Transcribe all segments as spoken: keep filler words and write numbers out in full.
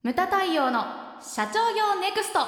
ムタ太陽の社長業ネクスト。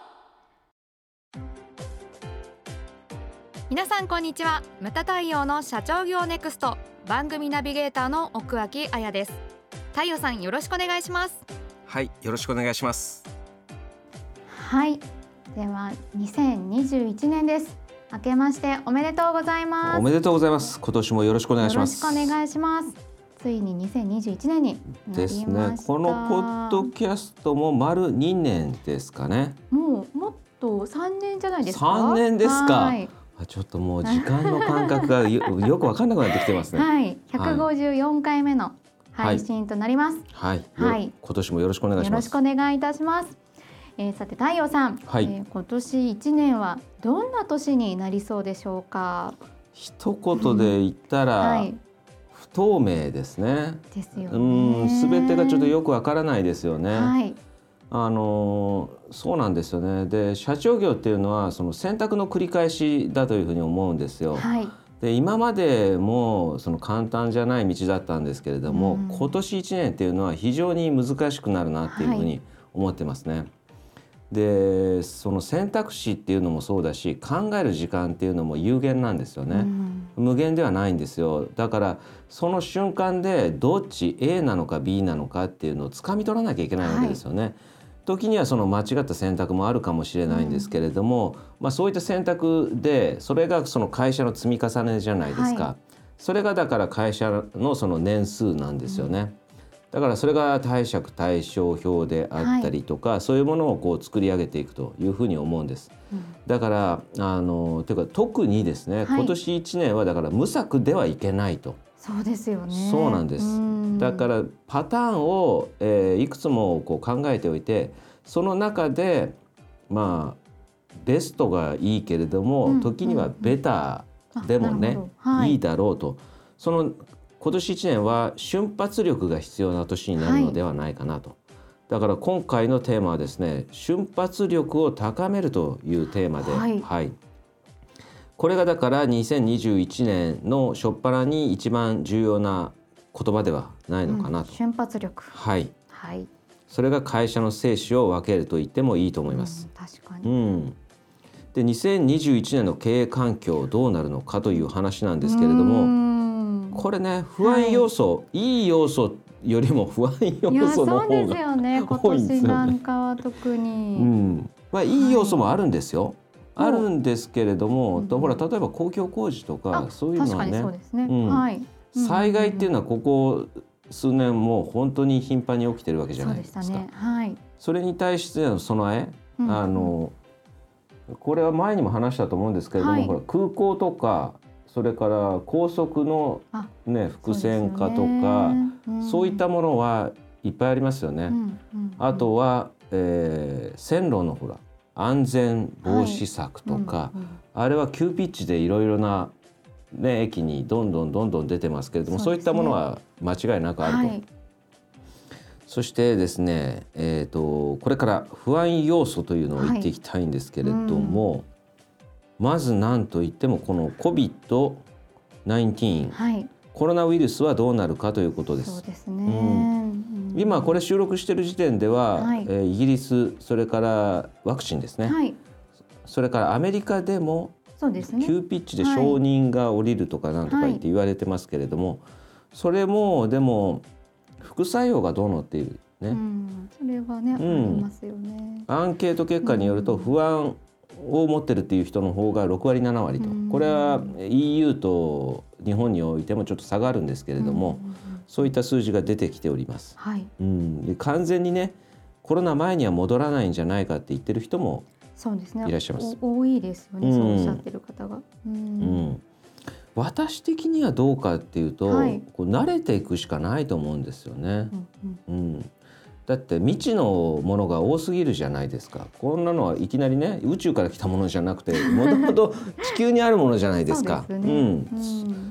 皆さんこんにちは。ムタ太陽の社長業ネクスト番組ナビゲーターの奥脇彩です。太陽さん、よろしくお願いします。 はい、よろしくお願いします。 はい、ではにせんにじゅういちねんです。明けましておめでとうございます。 おめでとうございます。今年もよろしくお願いします。 よろしくお願いします。ついににせんにじゅういちねんになりました。 ですね。このポッドキャストも丸にねんですかね。 もうもっとさんねんじゃないですか。 さんねんですか。 はい、 あ、ちょっともう時間の感覚が よ, よく分かんなくなってきてますね。 はい、ひゃくごじゅうよんかいめの配信となります。 はい、はいはい、今年もよろしくお願いします。 よろしくお願いいたします。えー、さて太陽さん、はい、えー、今年いちねんはどんな年になりそうでしょうか。 一言で言ったら、はい、不透明ですね。 ですよね。 うん、全てがちょっとよくわからないですよね。 はい、 あのそうなんですよね。で、社長業っていうのはその選択の繰り返しだというふうに思うんですよ。 はい、 で、今までもその簡単じゃない道だったんですけれども、 うん、 今年いちねんっていうのは非常に難しくなるなっていうふうに思ってますね。はい、で、その選択肢っていうのもそうだし、考える時間っていうのも有限なんですよね。うん、無限ではないんですよ。だからその瞬間でどっち A なのか B なのかっていうのを掴み取らなきゃいけないわけですよね。はい、時にはその間違った選択もあるかもしれないんですけれども、うん、まあ、そういった選択でそれがその会社の積み重ねじゃないですか。はい、それがだから会社のその年数なんですよね。うん、だからそれが貸借対照表であったりとか、はい、そういうものをこう作り上げていくというふうに思うんです。うん、だからあのというか特にですね、はい、今年いちねんはだから無策ではいけないと。 そうですよね。 そうなんです。だからパターンを、えー、いくつもこう考えておいて、その中でまあベストがいいけれども、うん、時にはベターでもね、はい、いいだろうと。その今年いちねんは瞬発力が必要な年になるのではないかなと。はい、だから今回のテーマはですね、瞬発力を高めるというテーマで、はいはい、これがだからにせんにじゅういちねんの初っ端に一番重要な言葉ではないのかなと。 うん、瞬発力、 はい、 はい、 それが会社の生死を分けると言ってもいいと思います。 うん、確かに。 うん、でにせんにじゅういちねんの経営環境どうなるのかという話なんですけれども、これね、不安要素、はい、いい要素よりも不安要素の方が多いんですよね。 今年なんかは特に、 うん、まあ、いい要素もあるんですよ。はい、あるんですけれども、うん、ほら例えば公共工事とかそういうのはね、災害っていうのはここ数年もう本当に頻繁に起きてるわけじゃないですか。 そうでしたね。はい、 それに対しての備え、うん、あのこれは前にも話したと思うんですけれども、はい、ほら空港とかそれから高速の、ね、複線化とか そう、うん、そういったものはいっぱいありますよね。うんうんうん、あとは、えー、線路のほら安全防止策とか、はい、うんうん、あれは急ピッチでいろいろな、ね、駅にどんどんどんどん出てますけれども、 そう、ね、そういったものは間違いなくあると。はい、そしてですね、えーと、これから不安要素というのを言っていきたいんですけれども、はい、うん、まず何といってもこの コビッドナインティーン、はい、コロナウイルスはどうなるかということです。 そうですね。 うん、今これ収録している時点では、はい、えー、イギリス、それからワクチンですね、はい、それからアメリカでもそうですね、 急ピッチで承認が下りるとかなんとか言って言われてますけれども、はい、それもでも副作用がどうのっていうね、うん、 それはね、うん、ありますよね。 アンケート結果によると不安を持ってるっていう人の方がろくわりななわりと、うん、これは イーユー と日本においてもちょっと差があるんですけれども、うん、そういった数字が出てきております。はい、うん、で完全にねコロナ前には戻らないんじゃないかって言ってる人もいらっしゃいます。 多いですよね、うん、そうおっしゃってる方が。うんうん、 私的にはどうかっていうと、はい、こう慣れていくしかないと思うんですよね。うんうんうん、だって未知のものが多すぎるじゃないですか。こんなのはいきなりね宇宙から来たものじゃなくてもともと地球にあるものじゃないですか。そうですね。うんうん、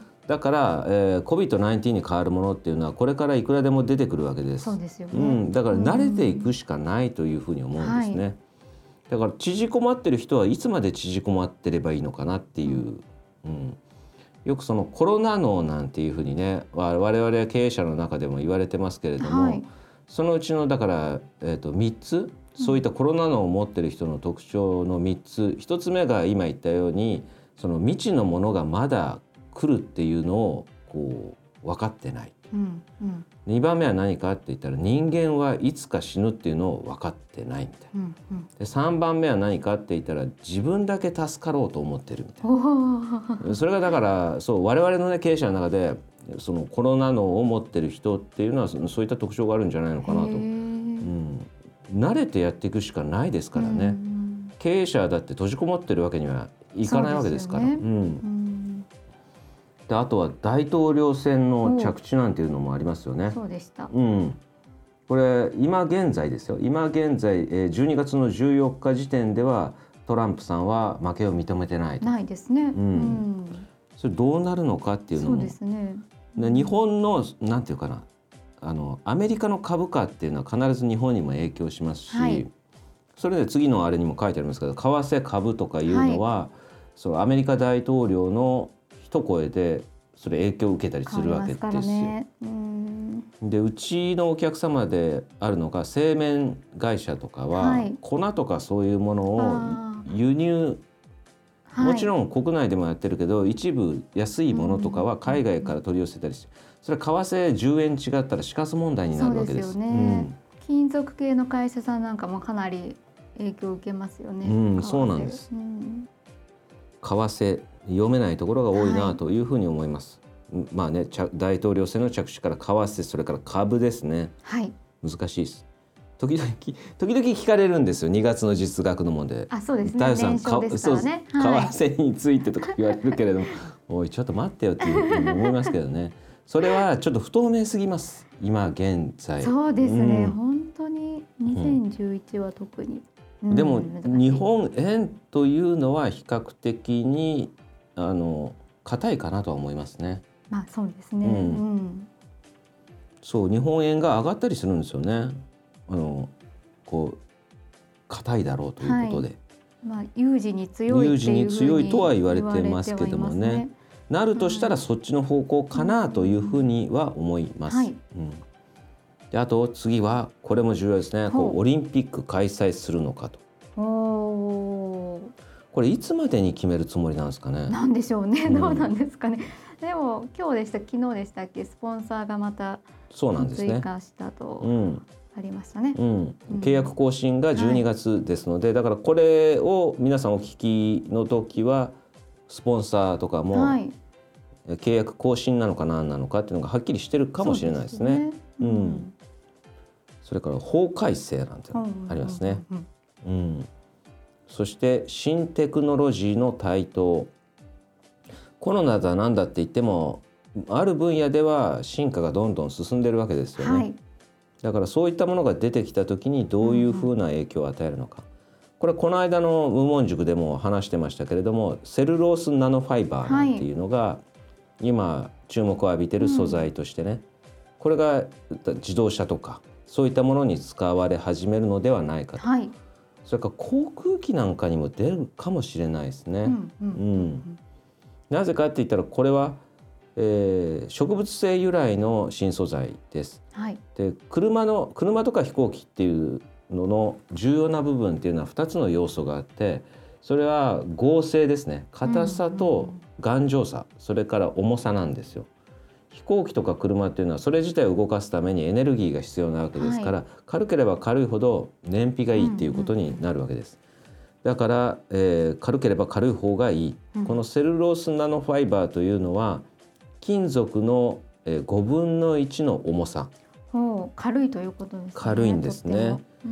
だから、えー、コビッドナインティーン に変わるものっていうのはこれからいくらでも出てくるわけです。 そうですよね。 うん、だから慣れていくしかないというふうに思うんですね。はい、だから縮こまってる人はいつまで縮こまってればいいのかなっていう、うん、よくそのコロナ脳なんていうふうにね我々経営者の中でも言われてますけれども、はい、 そのうちのだから、えーと、みっつ、そういったコロナ脳を持っている人の特徴のみっつ、ひとつめが今言ったようにその未知のものがまだ来るっていうのをこう分かってない、うんうん、にばんめは何かって言ったら人間はいつか死ぬっていうのを分かってないみたいな、うんうん、でさんばんめは何かって言ったら自分だけ助かろうと思ってるみたいな。それがだからそう我々の、ね、経営者の中でそのコロナ脳を持ってる人っていうのはそういった特徴があるんじゃないのかなと、うん、慣れてやっていくしかないですからね、うん、経営者だって閉じこもってるわけにはいかないわけですから。そうですよね。うん、であとは大統領選の着地なんていうのもありますよね。 そうでした、 うん、これ今現在ですよ。今現在じゅうにがつのじゅうよっか時点ではトランプさんは負けを認めてないと。 ないですね、うんうん、 それどうなるのかっていうのもそうですね。 で日本のなんていうかなあのアメリカの株価っていうのは必ず日本にも影響しますし、はい、それで次のあれにも書いてありますけど為替株とかいうのは、はい、そのアメリカ大統領の一声でそれ影響を受けたりするわけですよ。ね、うんでうちのお客様であるのが製麺会社とかは、はい、粉とかそういうものを輸入もちろん国内でもやってるけど、はい、一部安いものとかは海外から取り寄せたりして、それは為替じゅうえん違ったら死活問題になるわけです。 そうですよね、うん、金属系の会社さんなんかもかなり影響を受けますよね。 うん、そうなんです、うん、為替読めないところが多いなというふうに思います、はい、まあね、大統領選の着手から為替、それから株ですね、 はい、 難しいです。時々時々聞かれるんですよ、にがつの実額の問題。 あ、そうですね、年少ですからね、 はい、為替についてとか言われるけれどもおいちょっと待ってよっていうふうに思いますけどねそれはちょっと不透明すぎます、今現在。 そうですね、うん、本当ににせんじゅういちは特に、 うんうん、でも日本円というのは比較的にあの硬いかなとは思いますね。 まあそうですね、うんうん、 そう日本円が上がったりするんですよね。あのこう硬いだろうということで、はい、 まあ、有事に強いっていうふうに有事に強いとは言われてますけどもね、なるとしたらそっちの方向かなというふうには思います、はい、うん、であと次はこれも重要ですね。こうオリンピック開催するのかと。おこれいつまでに決めるつもりなんですかね。 なんでしょうね、うん、どうなんですかね。でも今日でした昨日でしたっけ、スポンサーがまた追加したと、うん、ありましたね、 うん、契約更新がじゅうにがつですので、はい、だからこれを皆さんお聞きの時はスポンサーとかも契約更新なのか何なのかっていうのがはっきりしてるかもしれないですね。そうですね、うんうん、それから法改正なんてありますね、うんうん、そして新テクノロジーの台頭。コロナだなんだって言ってもある分野では進化がどんどん進んでるわけですよね、はい、だからそういったものが出てきた時にどういうふうな影響を与えるのか、うん、これこの間の無門塾でも話してましたけれども、セルロースナノファイバーなんていうのが今注目を浴びている素材としてね、うん、これが自動車とかそういったものに使われ始めるのではないかと、はい、それから航空機なんかにも出るかもしれないですね、うんうんうんうん、なぜかって言ったらこれは、えー、植物性由来の新素材です、はい、で 車の車とか飛行機っていうのの重要な部分っていうのはふたつの要素があって、それは剛性ですね、硬さと頑丈さ、それから重さなんですよ。飛行機とか車っていうのはそれ自体を動かすためにエネルギーが必要なわけですから、はい、軽ければ軽いほど燃費がいいっていうことになるわけです、だから、えー、軽ければ軽い方がいい、うん、このセルロースナノファイバーというのは金属の、えー、ごぶんのいちの重さ。 軽いということですね。 軽いんですね、うんうん、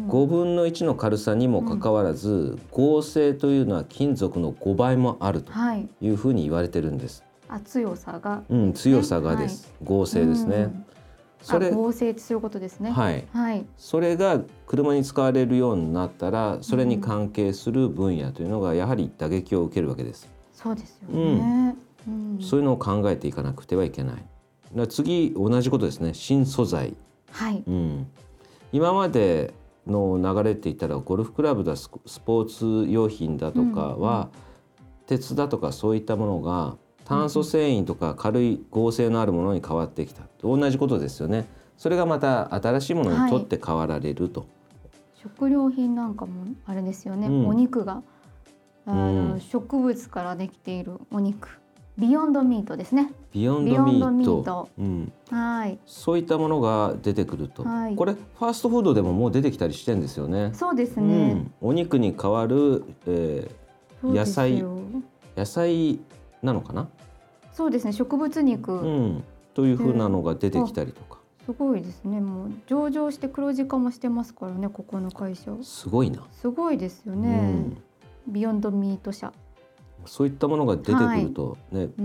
ごぶんのいちの軽さにもかかわらず、うん、剛性というのは金属のごばいもあるというふうに言われてるんです、 はい、あ強さが、 うん、強さがです、はい、剛性ですね、うん、 それ合成ということですね、 はいはい、それが車に使われるようになったらそれに関係する分野というのがやはり打撃を受けるわけです。 そうですよね、 うんうん、そういうのを考えていかなくてはいけない。だ次同じことですね、新素材、はいうん、今までの流れって言ったらゴルフクラブだスポーツ用品だとかは、うんうん、鉄だとかそういったものが炭素繊維とか軽い合成のあるものに変わってきた、同じことですよね。 それがまた新しいものにとって変わられると、はい、 食料品なんかもあれですよね、うん、お肉があの、うん、植物からできているお肉、ビヨンドミートですね。 ビヨンドミート、ミート、うん、はい、そういったものが出てくると、はい、これファーストフードでももう出てきたりしてるんですよね。 そうですね、うん、 お肉に代わる、えー、野菜野菜なのかな。 そうですね、植物肉、 うん、というふうなのが出てきたりとか、 すごいですね。もう上場して黒字化もしてますからね、ここの会社。 すごいな。 すごいですよね、うん、ビヨンドミート社。 そういったものが出てくるとね、はい、うん、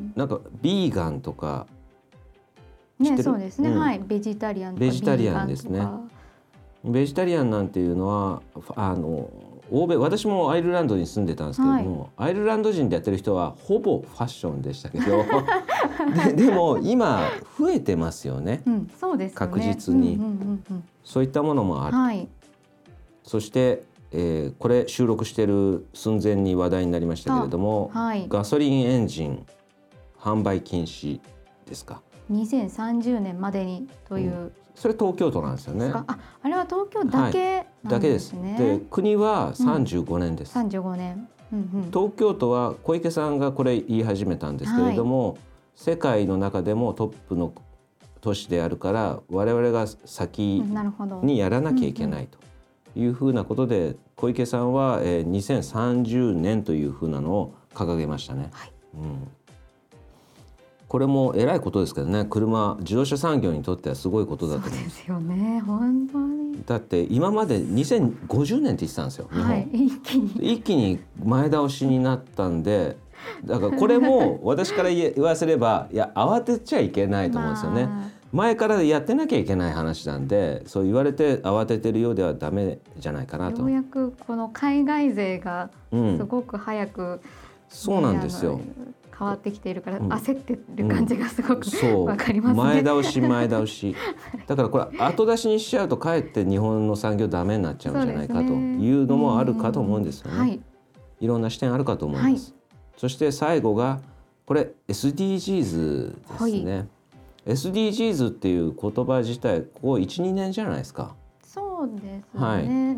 なんかビーガンとかね、そうですね、うん、はい、ベジタリアンとかベジタリアンですね。ベジタリアンなんていうのはあの欧米、私もアイルランドに住んでたんですけれども、はい、アイルランド人でやってる人はほぼファッションでしたけどで, でも今増えてますよね、うん、そうですよね、確実に、うんうんうんうん、そういったものもある、はい、そして、えー、これ収録している寸前に話題になりましたけれども、はい、ガソリンエンジン販売禁止ですか。 にせんさんじゅうねんまでにという、うん、 それ東京都なんですよね。 あ、あれは東京だけなんですね。 はい、だけです。で、国はさんじゅうごねんです。 うん、さんじゅうごねん、うんうん、 東京都は小池さんがこれ言い始めたんですけれども、はい、世界の中でもトップの都市であるから我々が先にやらなきゃいけないというふうなことで、うんうん、小池さんはにせんさんじゅうねんというふうなのを掲げましたね。はい、うん、これも偉いことですけどね、車自動車産業にとってはすごいことだと思います。 そうですよね、本当に。 だって今までにせんごじゅうねんって言ってたんですよ、日本、はい、一気に一気に前倒しになったんで、だからこれも私から言わせればいや慌てちゃいけないと思うんですよね、まあ、前からやってなきゃいけない話なんで、そう言われて慌ててるようではダメじゃないかなと。 ようやくこの海外勢がすごく早く、うん、 そうなんですよ、 変わってきているから焦ってる感じがすごく、うん、分かりますね。 前倒し前倒しだからこれ後出しにしちゃうとかえって日本の産業ダメになっちゃうんじゃないかというのもあるかと思うんですよね、はい、いろんな視点あるかと思います、はい、そして最後がこれ エスディージーズ ですね、はい、エスディージーズ っていう言葉自体ここ いちにねんじゃないですか。 そうですね、はい、うんうんうん、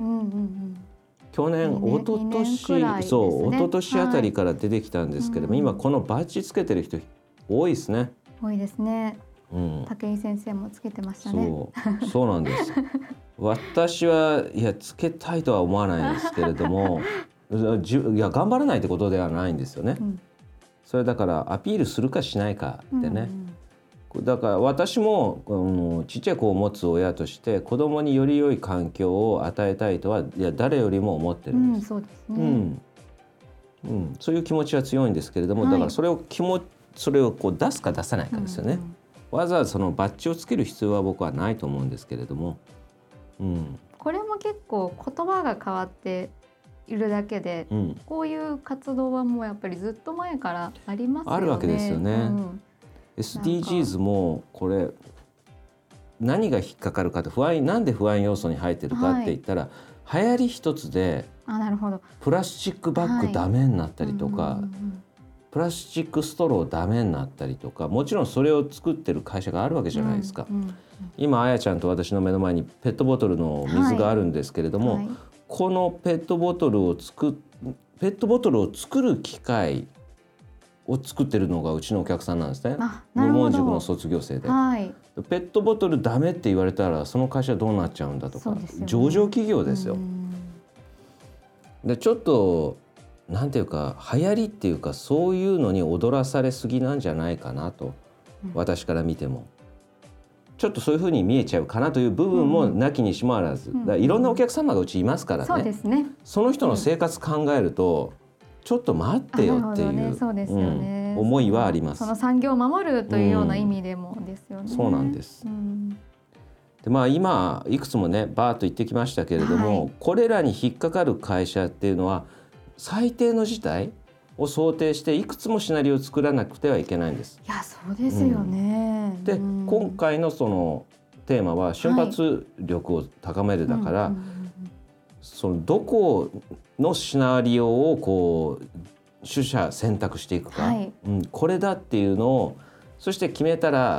去年、一昨年、そう、一昨年あたりから出てきたんですけども、はい、今このバッジつけてる人多いですね。 多いですね。うん、武井先生もつけてましたね。 そう、そうなんです。私はいやつけたいとは思わないんですけれども、いや頑張らないってことではないんですよね。うん、それだからアピールするかしないかってね。うんうん、だから私もあのちっちゃい子を持つ親として子供により良い環境を与えたいとはいや誰よりも思ってるんです。 うん、そうですね。 うんうん、そういう気持ちは強いんですけれども、はい、だからそれを気もそれをこう出すか出さないかですよね。うんうん、わざわざそのバッジをつける必要は僕はないと思うんですけれども、うん、 これも結構言葉が変わっているだけで、うん、こういう活動はもうやっぱりずっと前からありますよね。 あるわけですよね。うん、エスディージーズ もこれ何が引っかかるかと不安なんで不安要素に入ってるかって言ったら、はい、流行り一つであなるほどプラスチックバッグダメになったりとか、はいうんうんうん、プラスチックストローダメになったりとか、もちろんそれを作ってる会社があるわけじゃないですか、うんうんうん、今あやちゃんと私の目の前にペットボトルの水があるんですけれども、はいはい、このペットボトルを作っペットボトルを作る機械を作ってるのがうちのお客さんなんですね。無門塾の卒業生で、はい、ペットボトルダメって言われたらその会社どうなっちゃうんだとか、ね、上場企業ですよ。でちょっとなんていうか流行りっていうかそういうのに踊らされすぎなんじゃないかなと、うん、私から見てもちょっとそういうふうに見えちゃうかなという部分もなきにしもあらず、うん、だからいろんなお客様がうちいますからね、 そうですね、 その人の生活考えると、うん、ちょっと待ってよっていう、ねそうですよねうん、思いはあります。 その産業を守るというような意味でもですよね、うん、 そうなんです、うんでまあ、今いくつもねバーッと言ってきましたけれども、はい、これらに引っかかる会社っていうのは最低の事態を想定していくつもシナリオを作らなくてはいけないんです。 いやそうですよね、 うん、で、うん、今回のそのテーマは瞬発力を高めるだから、はいうんうんうん、そのどこのシナリオをこう取捨選択していくか、はいうん、これだっていうのをそして決めたら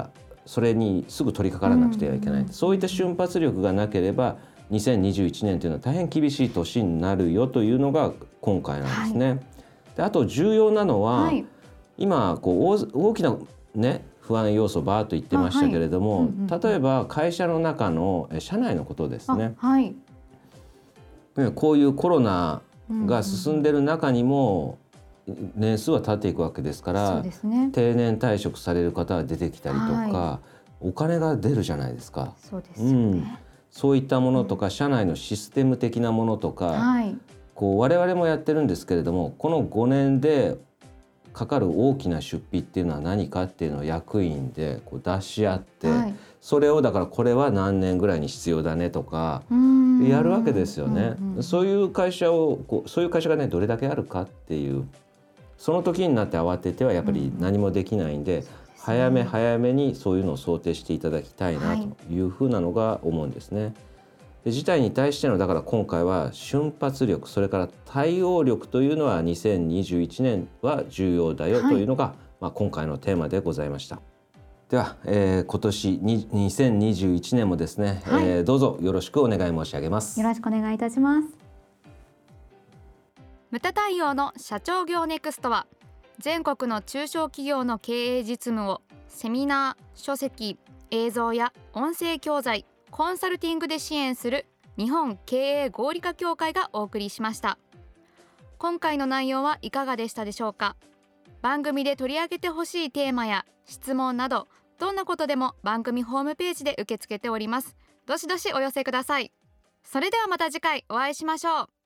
それにすぐ取り掛からなくてはいけない、うん、そういった瞬発力がなければにせんにじゅういちねんというのは大変厳しい年になるよというのが今回なんですね。はい、であと重要なのは、はい、今こう 大, 大きな、ね、不安要素バーッと言ってましたけれども、はいうんうん、例えば会社の中の社内のことですね。はい、こういうコロナが進んでる中にも年数は経っていくわけですから、そうですね、定年退職される方が出てきたりとか、はい、お金が出るじゃないですか。 そうですよね。うん、 そういったものとか、うん、社内のシステム的なものとか、はい、こう我々もやってるんですけれども、このごねんでかかる大きな出費っていうのは何かっていうのを役員でこう出し合って、はい、それをだからこれは何年ぐらいに必要だねとかやるわけですよね。うんうん、そういう会社をこうそういう会社がねどれだけあるかっていう、その時になって慌ててはやっぱり何もできないんで、うん、早め早めにそういうのを想定していただきたいなというふうなのが思うんですね。で事態に対してのだから今回は瞬発力、それから対応力というのはにせんにじゅういちねんは重要だよというのが、はい、まあ、今回のテーマでございました。では、えー、今年にせんにじゅういちねんもですね、はい、えー、どうぞよろしくお願い申し上げます。 よろしくお願いいたします。 ムタ太陽の社長業ネクストは全国の中小企業の経営実務をセミナー、書籍、映像や音声教材、コンサルティングで支援する日本経営合理化協会がお送りしました。今回の内容はいかがでしたでしょうか。番組で取り上げてほしいテーマや質問など、どんなことでも番組ホームページで受け付けております。どしどしお寄せください。それではまた次回お会いしましょう。